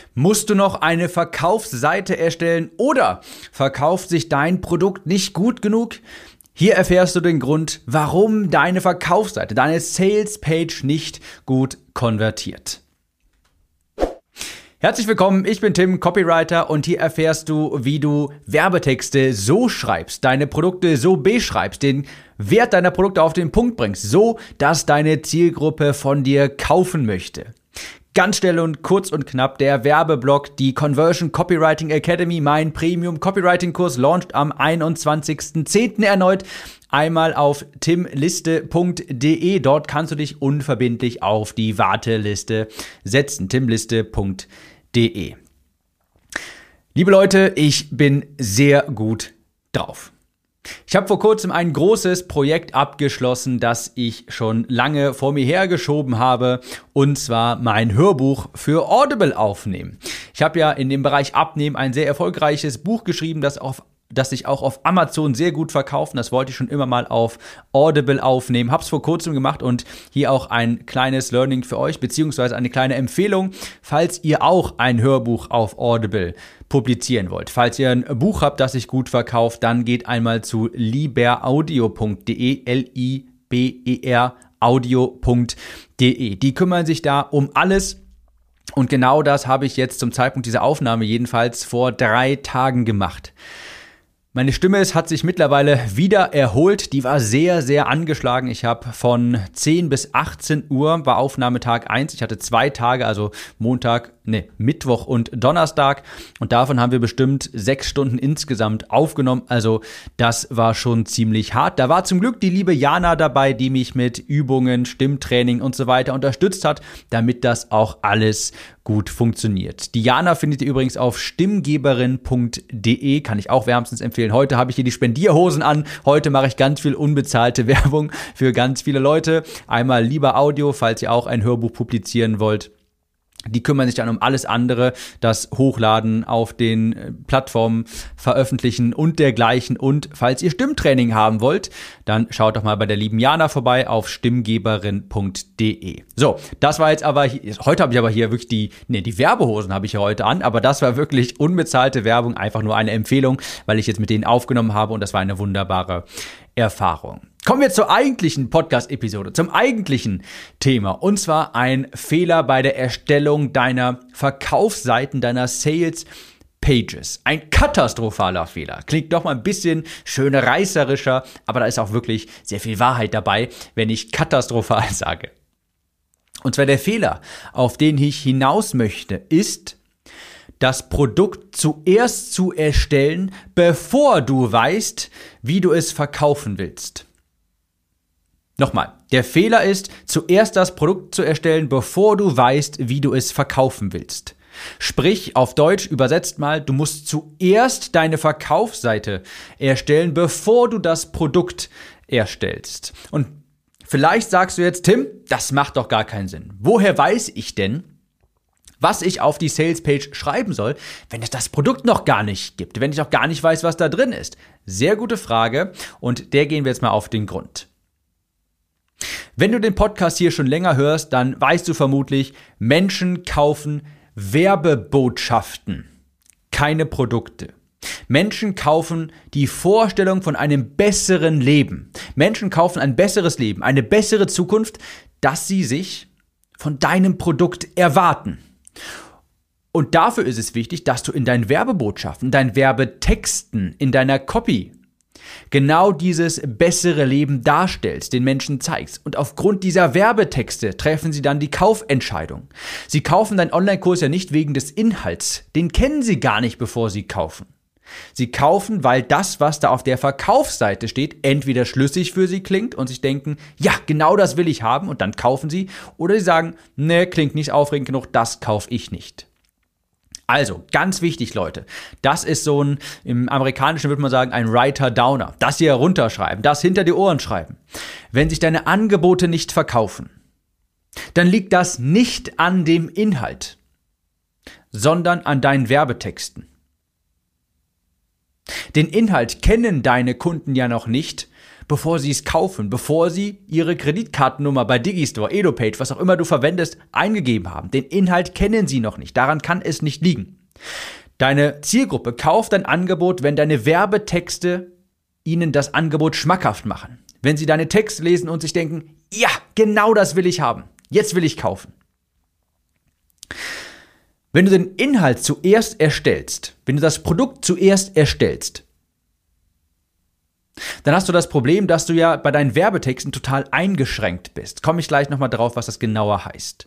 Musst du noch eine Verkaufsseite erstellen oder verkauft sich dein Produkt nicht gut genug? Hier erfährst du den Grund, warum deine Verkaufsseite, deine Salespage nicht gut konvertiert. Herzlich willkommen, ich bin Tim, Copywriter, und hier erfährst du, wie du Werbetexte so schreibst, deine Produkte so beschreibst, den Wert deiner Produkte auf den Punkt bringst, so dass deine Zielgruppe von dir kaufen möchte. Ganz schnell und kurz und knapp der Werbeblock, die Conversion Copywriting Academy, mein Premium Copywriting Kurs, launcht am 21.10. erneut. Einmal auf timliste.de, dort kannst du dich unverbindlich auf die Warteliste setzen, timliste.de. Liebe Leute, ich bin sehr gut drauf. Ich habe vor kurzem ein großes Projekt abgeschlossen, das ich schon lange vor mir hergeschoben habe, und zwar mein Hörbuch für Audible aufnehmen. Ich habe ja in dem Bereich Abnehmen ein sehr erfolgreiches Buch geschrieben, das sich auch auf Amazon sehr gut verkauft. Das wollte ich schon immer mal auf Audible aufnehmen. Hab's vor kurzem gemacht und hier auch ein kleines Learning für euch, beziehungsweise eine kleine Empfehlung, falls ihr auch ein Hörbuch auf Audible publizieren wollt. Falls ihr ein Buch habt, das sich gut verkauft, dann geht einmal zu liberaudio.de, L-I-B-E-R audio.de. Die kümmern sich da um alles. Und genau das habe ich jetzt zum Zeitpunkt dieser Aufnahme jedenfalls vor 3 Tagen gemacht. Meine Stimme hat sich mittlerweile wieder erholt. Die war sehr, sehr angeschlagen. Ich habe von 10 bis 18 Uhr war Aufnahmetag 1. Ich hatte 2 Tage, also Mittwoch und Donnerstag. Und davon haben wir bestimmt 6 Stunden insgesamt aufgenommen. Also das war schon ziemlich hart. Da war zum Glück die liebe Jana dabei, die mich mit Übungen, Stimmtraining und so weiter unterstützt hat, damit das auch alles gut funktioniert. Die Jana findet ihr übrigens auf stimmgeberin.de, kann ich auch wärmstens empfehlen. Heute habe ich hier die Spendierhosen an. Heute mache ich ganz viel unbezahlte Werbung für ganz viele Leute. Einmal Lieber Audio, falls ihr auch ein Hörbuch publizieren wollt. Die kümmern sich dann um alles andere, das Hochladen auf den Plattformen, Veröffentlichen und dergleichen. Und falls ihr Stimmtraining haben wollt, dann schaut doch mal bei der lieben Jana vorbei auf stimmgeberin.de. So, das war jetzt aber, heute habe ich aber hier wirklich die Werbehosen habe ich ja heute an, aber das war wirklich unbezahlte Werbung, einfach nur eine Empfehlung, weil ich jetzt mit denen aufgenommen habe und das war eine wunderbare Erfahrung. Kommen wir zur eigentlichen Podcast-Episode, zum eigentlichen Thema, und zwar ein Fehler bei der Erstellung deiner Verkaufsseiten, deiner Sales-Pages. Ein katastrophaler Fehler. Klingt doch mal ein bisschen schön reißerischer, aber da ist auch wirklich sehr viel Wahrheit dabei, wenn ich katastrophal sage. Und zwar der Fehler, auf den ich hinaus möchte, ist, das Produkt zuerst zu erstellen, bevor du weißt, wie du es verkaufen willst. Nochmal, der Fehler ist, zuerst das Produkt zu erstellen, bevor du weißt, wie du es verkaufen willst. Sprich, auf Deutsch übersetzt mal, du musst zuerst deine Verkaufsseite erstellen, bevor du das Produkt erstellst. Und vielleicht sagst du jetzt, Tim, das macht doch gar keinen Sinn. Woher weiß ich denn, was ich auf die Salespage schreiben soll, wenn es das Produkt noch gar nicht gibt, wenn ich auch gar nicht weiß, was da drin ist? Sehr gute Frage, und der gehen wir jetzt mal auf den Grund. Wenn du den Podcast hier schon länger hörst, dann weißt du vermutlich, Menschen kaufen Werbebotschaften, keine Produkte. Menschen kaufen die Vorstellung von einem besseren Leben. Menschen kaufen ein besseres Leben, eine bessere Zukunft, das sie sich von deinem Produkt erwarten. Und dafür ist es wichtig, dass du in deinen Werbebotschaften, deinen Werbetexten, in deiner Copy genau dieses bessere Leben darstellst, den Menschen zeigst. Und aufgrund dieser Werbetexte treffen sie dann die Kaufentscheidung. Sie kaufen deinen Online-Kurs ja nicht wegen des Inhalts. Den kennen sie gar nicht, bevor sie kaufen. Sie kaufen, weil das, was da auf der Verkaufsseite steht, entweder schlüssig für sie klingt und sich denken, ja, genau das will ich haben, und dann kaufen sie. Oder sie sagen, ne, klingt nicht aufregend genug, das kaufe ich nicht. Also, ganz wichtig, Leute, das ist so im Amerikanischen würde man sagen, ein Writer-Downer. Das hier runterschreiben, das hinter die Ohren schreiben. Wenn sich deine Angebote nicht verkaufen, dann liegt das nicht an dem Inhalt, sondern an deinen Werbetexten. Den Inhalt kennen deine Kunden ja noch nicht, bevor sie es kaufen, bevor sie ihre Kreditkartennummer bei Digistore, EduPage, was auch immer du verwendest, eingegeben haben. Den Inhalt kennen sie noch nicht. Daran kann es nicht liegen. Deine Zielgruppe kauft dein Angebot, wenn deine Werbetexte ihnen das Angebot schmackhaft machen. Wenn sie deine Texte lesen und sich denken, ja, genau das will ich haben. Jetzt will ich kaufen. Wenn du den Inhalt zuerst erstellst, wenn du das Produkt zuerst erstellst, dann hast du das Problem, dass du ja bei deinen Werbetexten total eingeschränkt bist. Komme ich gleich nochmal drauf, was das genauer heißt.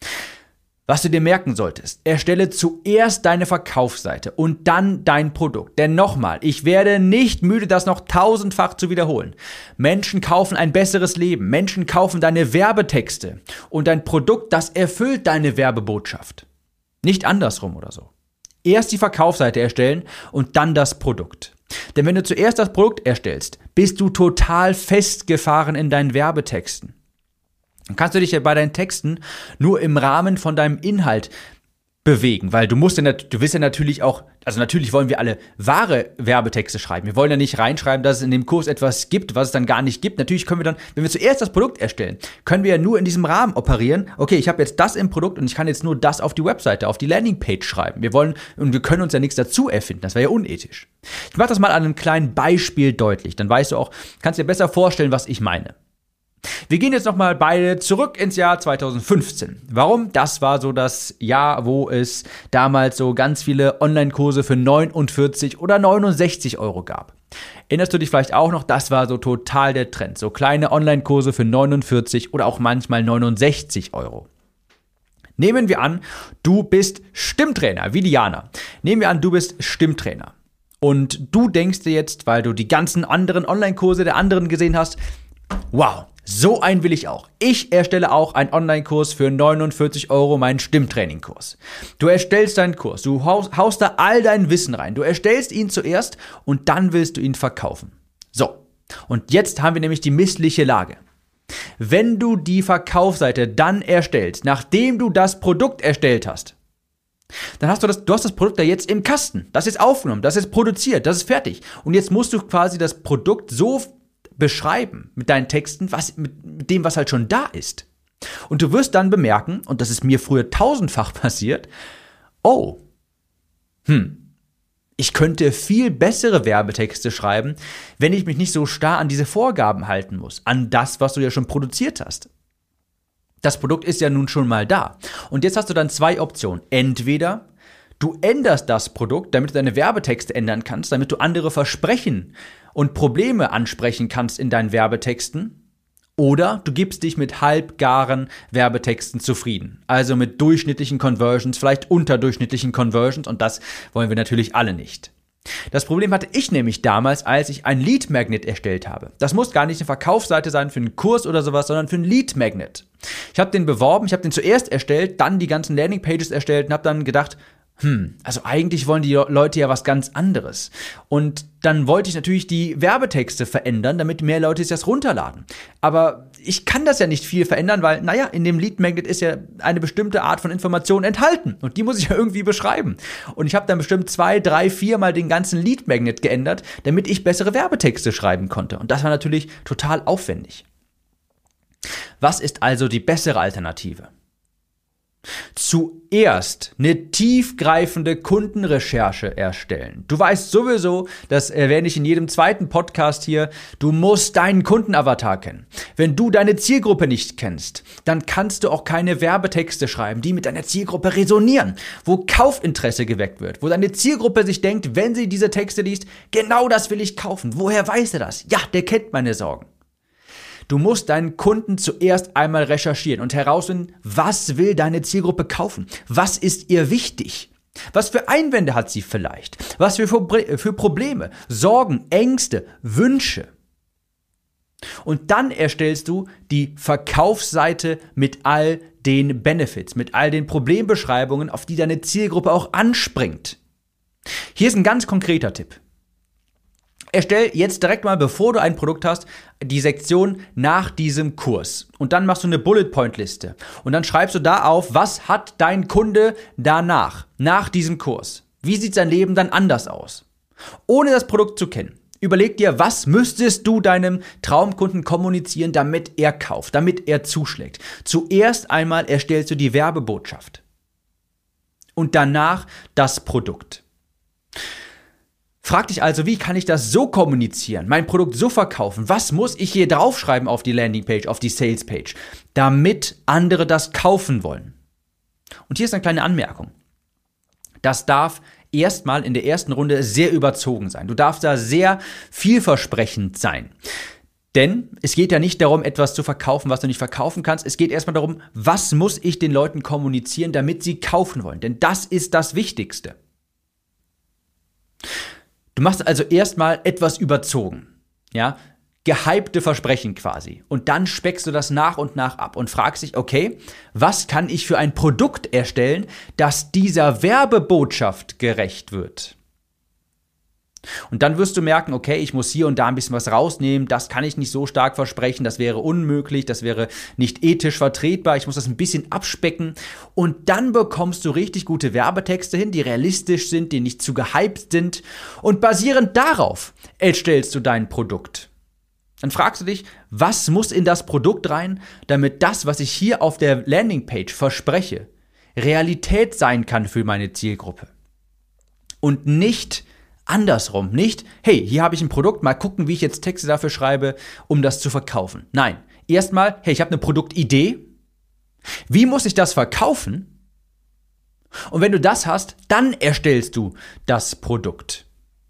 Was du dir merken solltest, erstelle zuerst deine Verkaufsseite und dann dein Produkt. Denn nochmal, ich werde nicht müde, das noch 1000-fach zu wiederholen. Menschen kaufen ein besseres Leben. Menschen kaufen deine Werbetexte. Und dein Produkt, das erfüllt deine Werbebotschaft. Nicht andersrum oder so. Erst die Verkaufsseite erstellen und dann das Produkt. Denn wenn du zuerst das Produkt erstellst, bist du total festgefahren in deinen Werbetexten. Dann kannst du dich ja bei deinen Texten nur im Rahmen von deinem Inhalt bewegen, weil du willst ja natürlich auch, also natürlich wollen wir alle wahre Werbetexte schreiben. Wir wollen ja nicht reinschreiben, dass es in dem Kurs etwas gibt, was es dann gar nicht gibt. Natürlich können wir dann, wenn wir zuerst das Produkt erstellen, können wir ja nur in diesem Rahmen operieren. Okay, ich habe jetzt das im Produkt und ich kann jetzt nur das auf die Webseite, auf die Landingpage schreiben. Wir können uns ja nichts dazu erfinden. Das wäre ja unethisch. Ich mache das mal an einem kleinen Beispiel deutlich. Dann weißt du auch, kannst dir besser vorstellen, was ich meine. Wir gehen jetzt nochmal beide zurück ins Jahr 2015. Warum? Das war so das Jahr, wo es damals so ganz viele Online-Kurse für 49 oder 69 Euro gab. Erinnerst du dich vielleicht auch noch? Das war so total der Trend. So kleine Online-Kurse für 49 oder auch manchmal 69 Euro. Nehmen wir an, du bist Stimmtrainer, wie Diana. Nehmen wir an, du bist Stimmtrainer. Und du denkst dir jetzt, weil du die ganzen anderen Online-Kurse der anderen gesehen hast, wow, so einen will ich auch. Ich erstelle auch einen Online-Kurs für 49 Euro, meinen Stimmtraining-Kurs. Du erstellst deinen Kurs, du haust da all dein Wissen rein. Du erstellst ihn zuerst und dann willst du ihn verkaufen. So, und jetzt haben wir nämlich die missliche Lage. Wenn du die Verkaufsseite dann erstellst, nachdem du das Produkt erstellt hast, dann hast du hast das Produkt da jetzt im Kasten. Das ist aufgenommen, das ist produziert, das ist fertig. Und jetzt musst du quasi das Produkt so beschreiben mit deinen Texten, mit dem, was halt schon da ist. Und du wirst dann bemerken, und das ist mir früher 1000-fach passiert, ich könnte viel bessere Werbetexte schreiben, wenn ich mich nicht so starr an diese Vorgaben halten muss, an das, was du ja schon produziert hast. Das Produkt ist ja nun schon mal da. Und jetzt hast du dann zwei Optionen. Entweder du änderst das Produkt, damit du deine Werbetexte ändern kannst, damit du andere Versprechen und Probleme ansprechen kannst in deinen Werbetexten. Oder du gibst dich mit halbgaren Werbetexten zufrieden. Also mit durchschnittlichen Conversions, vielleicht unterdurchschnittlichen Conversions. Und das wollen wir natürlich alle nicht. Das Problem hatte ich nämlich damals, als ich ein Lead Magnet erstellt habe. Das muss gar nicht eine Verkaufsseite sein für einen Kurs oder sowas, sondern für einen Lead Magnet. Ich habe den beworben, ich habe den zuerst erstellt, dann die ganzen Landingpages erstellt und habe dann gedacht, also eigentlich wollen die Leute ja was ganz anderes. Und dann wollte ich natürlich die Werbetexte verändern, damit mehr Leute sich das runterladen. Aber ich kann das ja nicht viel verändern, weil, in dem Lead Magnet ist ja eine bestimmte Art von Information enthalten. Und die muss ich ja irgendwie beschreiben. Und ich habe dann bestimmt 2, 3, 4 Mal den ganzen Lead Magnet geändert, damit ich bessere Werbetexte schreiben konnte. Und das war natürlich total aufwendig. Was ist also die bessere Alternative? Zuerst eine tiefgreifende Kundenrecherche erstellen. Du weißt sowieso, das erwähne ich in jedem zweiten Podcast hier, du musst deinen Kundenavatar kennen. Wenn du deine Zielgruppe nicht kennst, dann kannst du auch keine Werbetexte schreiben, die mit deiner Zielgruppe resonieren, wo Kaufinteresse geweckt wird, wo deine Zielgruppe sich denkt, wenn sie diese Texte liest, genau das will ich kaufen. Woher weiß er das? Ja, der kennt meine Sorgen. Du musst deinen Kunden zuerst einmal recherchieren und herausfinden, was will deine Zielgruppe kaufen? Was ist ihr wichtig? Was für Einwände hat sie vielleicht? Was für Probleme, Sorgen, Ängste, Wünsche? Und dann erstellst du die Verkaufsseite mit all den Benefits, mit all den Problembeschreibungen, auf die deine Zielgruppe auch anspringt. Hier ist ein ganz konkreter Tipp. Erstell jetzt direkt mal, bevor du ein Produkt hast, die Sektion nach diesem Kurs. Und dann machst du eine Bullet-Point-Liste. Und dann schreibst du da auf, was hat dein Kunde danach, nach diesem Kurs? Wie sieht sein Leben dann anders aus? Ohne das Produkt zu kennen. Überleg dir, was müsstest du deinem Traumkunden kommunizieren, damit er kauft, damit er zuschlägt. Zuerst einmal erstellst du die Werbebotschaft und danach das Produkt. Frag dich also, wie kann ich das so kommunizieren, mein Produkt so verkaufen? Was muss ich hier draufschreiben auf die Landingpage, auf die Salespage, damit andere das kaufen wollen? Und hier ist eine kleine Anmerkung. Das darf erstmal in der ersten Runde sehr überzogen sein. Du darfst da sehr vielversprechend sein. Denn es geht ja nicht darum, etwas zu verkaufen, was du nicht verkaufen kannst. Es geht erstmal darum, was muss ich den Leuten kommunizieren, damit sie kaufen wollen. Denn das ist das Wichtigste. Du machst also erstmal etwas überzogen, ja, gehypte Versprechen quasi. Und dann speckst du das nach und nach ab und fragst dich, okay, was kann ich für ein Produkt erstellen, das dieser Werbebotschaft gerecht wird? Und dann wirst du merken, okay, ich muss hier und da ein bisschen was rausnehmen, das kann ich nicht so stark versprechen, das wäre unmöglich, das wäre nicht ethisch vertretbar, ich muss das ein bisschen abspecken und dann bekommst du richtig gute Werbetexte hin, die realistisch sind, die nicht zu gehypt sind und basierend darauf erstellst du dein Produkt. Dann fragst du dich, was muss in das Produkt rein, damit das, was ich hier auf der Landingpage verspreche, Realität sein kann für meine Zielgruppe. Und nicht andersrum, nicht, hey, hier habe ich ein Produkt, mal gucken, wie ich jetzt Texte dafür schreibe, um das zu verkaufen. Nein, erstmal, hey, ich habe eine Produktidee. Wie muss ich das verkaufen? Und wenn du das hast, dann erstellst du das Produkt.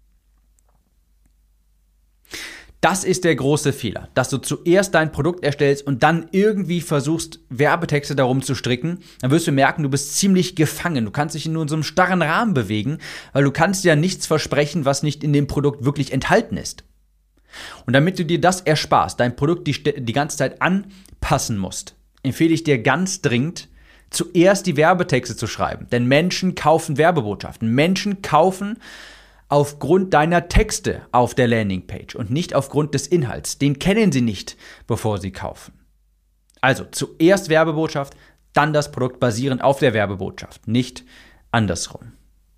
Das ist der große Fehler, dass du zuerst dein Produkt erstellst und dann irgendwie versuchst, Werbetexte darum zu stricken. Dann wirst du merken, du bist ziemlich gefangen. Du kannst dich in nur so einem starren Rahmen bewegen, weil du kannst ja nichts versprechen, was nicht in dem Produkt wirklich enthalten ist. Und damit du dir das ersparst, dein Produkt die ganze Zeit anpassen musst, empfehle ich dir ganz dringend, zuerst die Werbetexte zu schreiben. Denn Menschen kaufen Werbebotschaften. Menschen kaufen aufgrund deiner Texte auf der Landingpage und nicht aufgrund des Inhalts. Den kennen sie nicht, bevor sie kaufen. Also zuerst Werbebotschaft, dann das Produkt basierend auf der Werbebotschaft, nicht andersrum.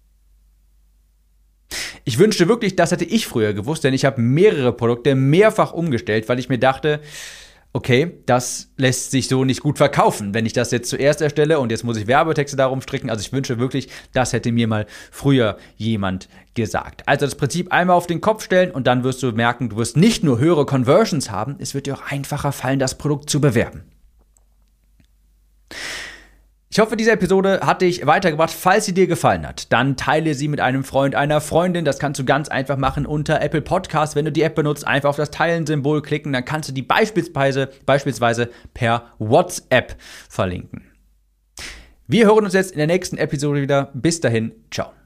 Ich wünschte wirklich, das hätte ich früher gewusst, denn ich habe mehrere Produkte mehrfach umgestellt, weil ich mir dachte, okay, das lässt sich so nicht gut verkaufen, wenn ich das jetzt zuerst erstelle und jetzt muss ich Werbetexte darum stricken. Also ich wünsche wirklich, das hätte mir mal früher jemand gesagt. Also das Prinzip einmal auf den Kopf stellen und dann wirst du merken, du wirst nicht nur höhere Conversions haben, es wird dir auch einfacher fallen, das Produkt zu bewerben. Ich hoffe, diese Episode hat dich weitergebracht. Falls sie dir gefallen hat, dann teile sie mit einem Freund, einer Freundin. Das kannst du ganz einfach machen unter Apple Podcasts. Wenn du die App benutzt, einfach auf das Teilen-Symbol klicken. Dann kannst du die beispielsweise per WhatsApp verlinken. Wir hören uns jetzt in der nächsten Episode wieder. Bis dahin, ciao.